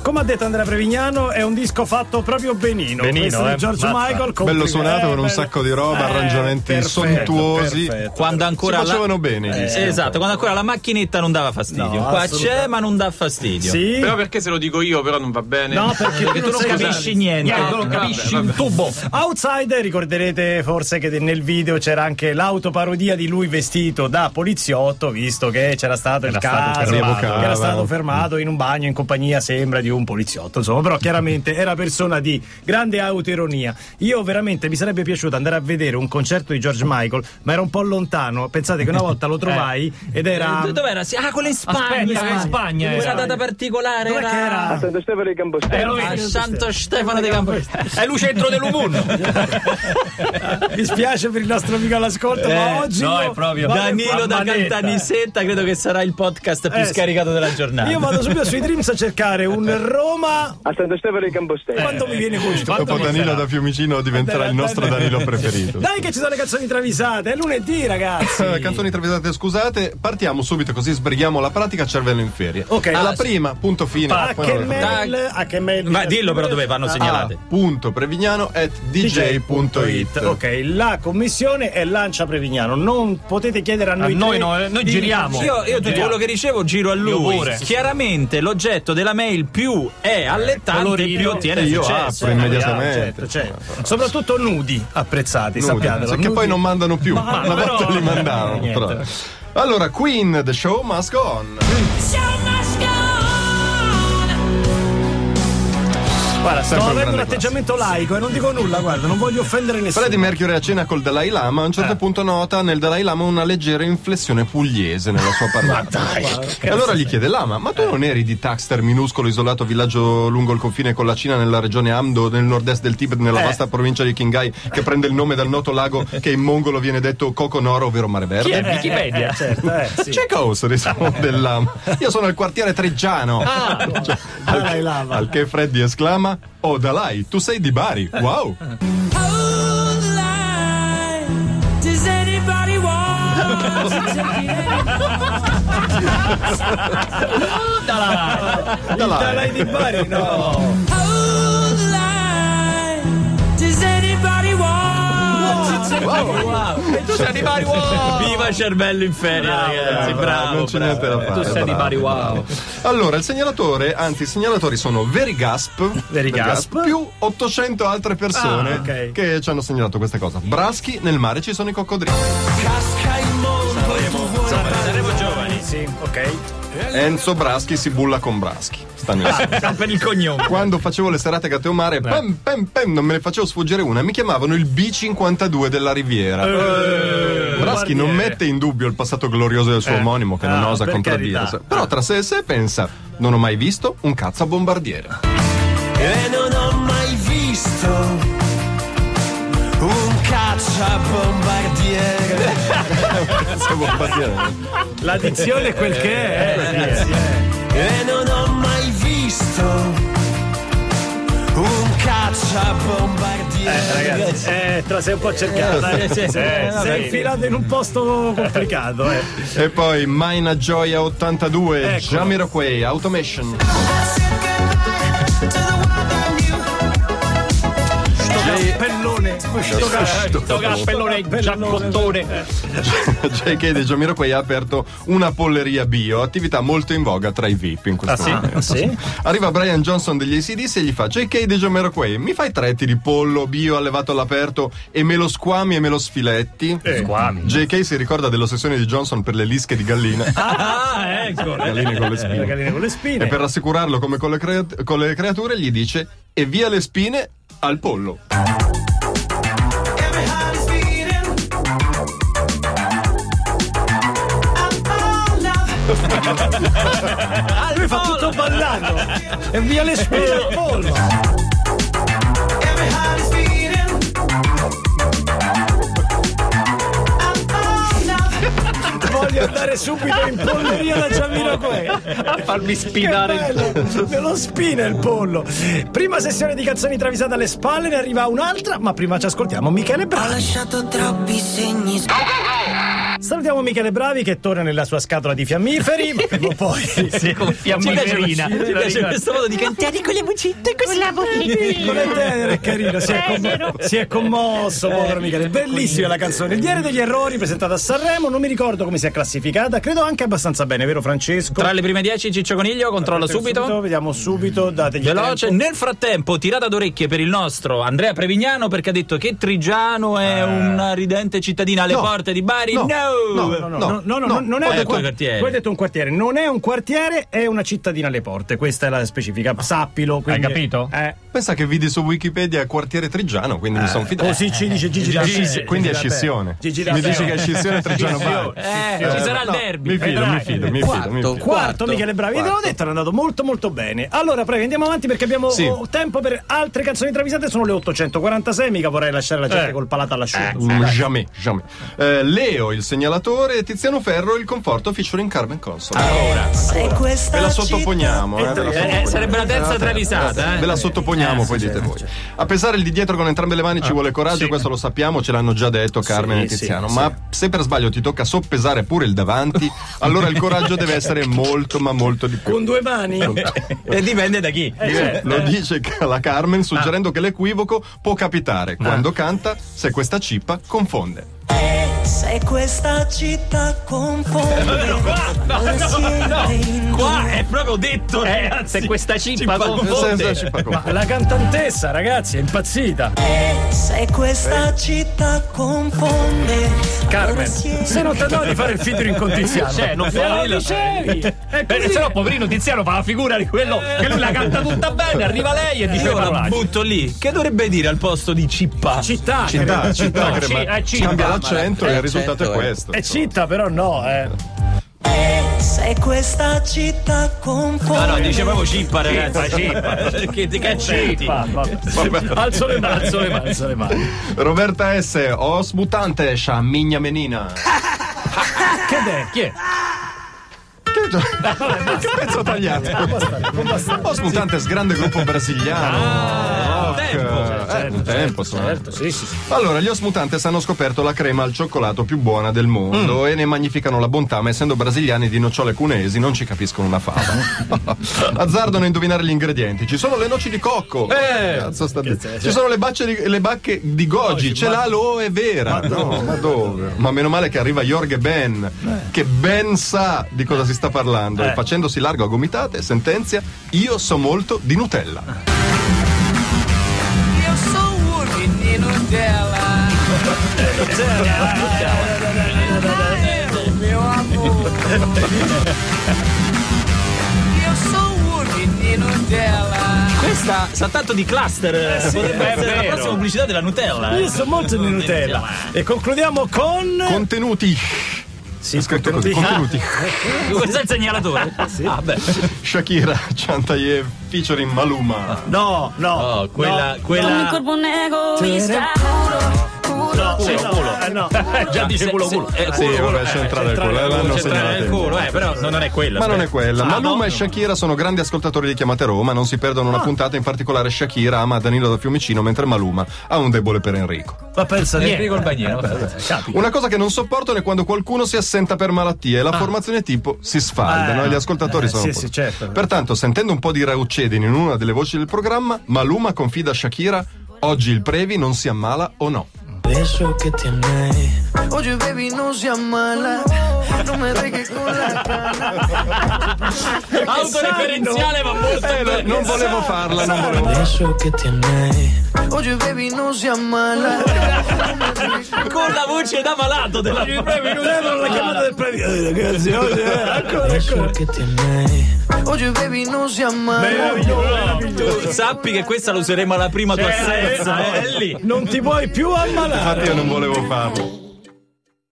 Come ha detto Andrea Prevignano, è un disco fatto proprio benino. Questo di George Michael, bello suonato con un sacco di roba, arrangiamenti sontuosi. Quando ancora si facevano bene. Esatto, quando ancora la macchinetta non dava fastidio. Qua c'è, ma non dà fastidio. Sì. Però perché se lo dico io, però non va bene? No, perché tu non capisci niente. Non capisci un tubo. Outsider, ricorderete forse che nel video c'era anche l'autoparodia di lui vestito da poliziotto, visto che c'era stato il caso che era stato fermato in un bagno in compagnia, sembra, di un poliziotto, insomma, però chiaramente era persona di grande autoironia. Io veramente mi sarebbe piaciuto andare a vedere un concerto di George Michael, ma era un po' lontano. Pensate che una volta lo trovai ed era dov'era? Quello in Spagna. In Spagna. Una data particolare. Era a Santo Stefano di Campostelle. A Santo Stefano di Campostelle. È lui centro dell'Umun. mi spiace per il nostro amico all'ascolto, ma oggi no, è proprio Danilo da Cantanisetta, credo che sarà il podcast più scaricato della giornata. Io vado subito sui Dreams a cercare un Roma a Santo Stefano di Campostelle. Quando mi viene questo? Dopo Danilo da Fiumicino diventerà il nostro Danilo preferito. Dai che ci sono le canzoni travisate, è lunedì, ragazzi. Canzoni travisate, scusate, partiamo subito così sbrighiamo la pratica, cervello in ferie. Ok. Alla prima, punto fine. A che mail? Ma dillo però dove vanno segnalate. Prevignano@dj.it. Ok, la commissione è Lancia Prevignano. Non potete chiedere a noi. Noi giriamo. Io tutto quello che ricevo giro a lui. Chiaramente l'oggetto della mail più è allettante, più ottiene io successo. apro immediatamente. Certo. Soprattutto nudi apprezzati, sappiatelo. Che poi non mandano più. Una volta li mandavano. Però. Allora, Queen, The Show Must Go On. Guarda, sto avendo un atteggiamento laico e non dico nulla, guarda, non voglio offendere nessuno. Freddie Mercury a cena col Dalai Lama, a un certo punto nota nel Dalai Lama una leggera inflessione pugliese nella sua parlata. E allora gli chiede: Lama, ma tu non eri di Taxter, minuscolo isolato villaggio lungo il confine con la Cina nella regione Amdo, nel nord-est del Tibet, nella vasta provincia di Qinghai, che prende il nome dal noto lago che in mongolo viene detto Kokonoro, ovvero mare verde? Chi è Wikipedia? Certo, sì. C'è cosa, risponde il Lama. Io sono al quartiere Treggiano. Dalai Lama. Al che Freddie esclama: oh Dalai, tu sei di Bari, wow! Dalai di Bari, no! Wow. E tu sei di Bari, wow! Viva cervello in ferie, ragazzi, bravo. Non c'è niente da fare. Tu sei di Bari, wow. Allora, il segnalatore, anzi i segnalatori sono Verigasp più 800 altre persone che ci hanno segnalato questa cosa. Braschi, nel mare ci sono i coccodrilli. Casca il mondo. Saremo giovani. Sì, ok. Enzo Braschi si bulla con Braschi. Per il cognome. Quando facevo le serate a Gateomare, non me ne facevo sfuggire una, mi chiamavano il B52 della Riviera. Braschi non mette in dubbio il passato glorioso del suo omonimo, che non osa contraddirsi. Però tra sé e sé pensa: non ho mai visto un cazzabombardiere. E non ho mai visto un cacciabombardiere. La dizione è quel che è, ragazzi. E non ho mai visto un cacciabombardiere. Ragazzi, te la sei un po' cercata. Sei infilato in un posto complicato. E poi Maina Gioia 82, Jamiroquai, Automation. Sto cappellone giaccottone. JK di Jamiroquai ha aperto una polleria bio, attività molto in voga tra i VIP in questo momento. Sì? Arriva Brian Johnson degli AC/DC e gli fa: JK di Jamiroquai, mi fai 3 etti di pollo bio allevato all'aperto e me lo squami e me lo sfiletti? Squami. JK si ricorda dell'ossessione di Johnson per le lische di gallina. Ecco. Galline con le spine. Galline con le spine. E per rassicurarlo come con le creature gli dice: e via le spine al pollo. Lui fa tutto ballando e via le spine al pollo. Voglio andare subito in polleria da Jamiroquai a farmi spinare. Me lo spina il pollo. Prima sessione di canzoni travisate alle spalle, ne arriva un'altra, ma prima ci ascoltiamo Michele Bravo. Ho lasciato troppi segni. Salutiamo Michele Bravi che torna nella sua scatola di fiammiferi, ma prima o poi con fiammiferina. Ci piace questo modo di cantare con le vocette così. non è tenero, è carino, si è commosso, povero Michele. Bellissima la canzone. Il diario degli errori presentata a Sanremo, non mi ricordo come si è classificata, credo anche abbastanza bene, vero Francesco? Tra le prime 10 Ciccio Coniglio, controllo subito. Vediamo subito, dategli Veloce. tempo. Nel frattempo, tirata d'orecchie per il nostro Andrea Prevignano, perché ha detto che Trigiano è una ridente cittadina alle porte di Bari. No, non è un quartiere. Tu hai detto un quartiere, non è un quartiere, è una cittadina alle porte. Questa è la specifica, sappilo. Quindi, hai capito? Pensa che vidi su Wikipedia quartiere Trigiano, quindi mi sono fidato. Così ci dice Gigi D'Alessio. Quindi è scissione. Mi dice che è scissione Trigiano Bari. Ci sarà il derby. Mi fido. Quarto Michele Bravi, ve l'avevo detto, è andato molto molto bene. Allora prego, andiamo avanti perché abbiamo tempo per altre canzoni travisate. Sono le 8:46, mica vorrei lasciare la gente col palato all'asciutto. Jamais. Leo il segnalatore e Tiziano Ferro il conforto featuring Carmen Console. Ve la sottoponiamo. Sarebbe la terza travisata. Ve la sottoponiamo, poi dite voi. A pesare il di dietro con entrambe le mani ci vuole coraggio, questo lo sappiamo, ce l'hanno già detto Carmen e Tiziano. Ma se per sbaglio ti tocca soppesare pure il davanti, allora il coraggio deve essere molto ma molto di più. Con due mani? E dipende da chi. Lo dice la Carmen suggerendo che l'equivoco può capitare quando canta Se questa cippa confonde. Se questa città confonde, qua è proprio detto, ragazzi. Se questa cippa confonde. Ma la cantantessa, ragazzi, è impazzita. Se questa città confonde, Carmen, se non ti andava di fare il featuring con Tiziano, Non fa se no poverino Tiziano fa la figura di quello che lui la canta tutta bene, arriva lei e dice io la butto lì. Che dovrebbe dire al posto di cippa? Città, Cambia l'accento e il risultato è questo. è città, però no, se questa città confonde. No, dice proprio cippa, ragazzi. Perché ti caccetti. Alzo le mani. Roberta S. Os mutante sciamigna menina. Chi è? Che pezzo tagliato. Os Mutantes, grande gruppo brasiliano. Tempo. Certo, sì. Allora, gli Os Mutantes hanno scoperto la crema al cioccolato più buona del mondo e ne magnificano la bontà, ma essendo brasiliani di nocciole cuneesi non ci capiscono una fava. Azzardano a indovinare gli ingredienti. Ci sono le noci di cocco. Cazzo sta ci sono le bacche di goji. Ce l'ha l'aloe vera. No, ma dove? Ma meno male che arriva Jorge Ben, che ben sa di cosa si sta parlando e facendosi largo a gomitate sentenzia: io so molto di Nutella. Io so un menino della. Mio amore. Io so un menino della. Questa sa tanto di cluster. Potrebbe essere la prossima pubblicità della Nutella. Io so molto di Nutella. E concludiamo con Contenuti. Sì, scritto così, contenuti. Senza il segnalatore? Sì. Shakira, Chantayev, featuring Maluma. No, quella. No. Già dice culo. Sì, vabbè, centrale il culo. L'hanno segnalato. Però non è quella. Ma non è quella. Maluma e Shakira sono grandi ascoltatori di Chiamate Roma. Non si perdono una puntata. In particolare Shakira ama Danilo da Fiumicino, mentre Maluma ha un debole per Enrico. Ma pensa di Enrico il bagnino. Una cosa che non sopportano è quando qualcuno si assenta per malattia e la formazione tipo si sfaldano e gli ascoltatori sono sì, certo. Pertanto, sentendo un po' di Raucedine in una delle voci del programma, Maluma confida a Shakira: oggi il Previ non si ammala o no? Eso que tienes. Oye, baby, no seas mala. No me dejes con la cara. Autoreferenziale, ma molto bene. Non volevo farla, non volevo. Eso que tienes. Oye, baby, no seas mala. Con la voce da malato della la chiamata del Previ. Ragazzi, ancora. Eso que tienes. Oye, baby, no seas mala. Sappi che questa lo useremo alla prima tua assenza. È lì. Non ti puoi più ammalare. Infatti io non volevo farlo.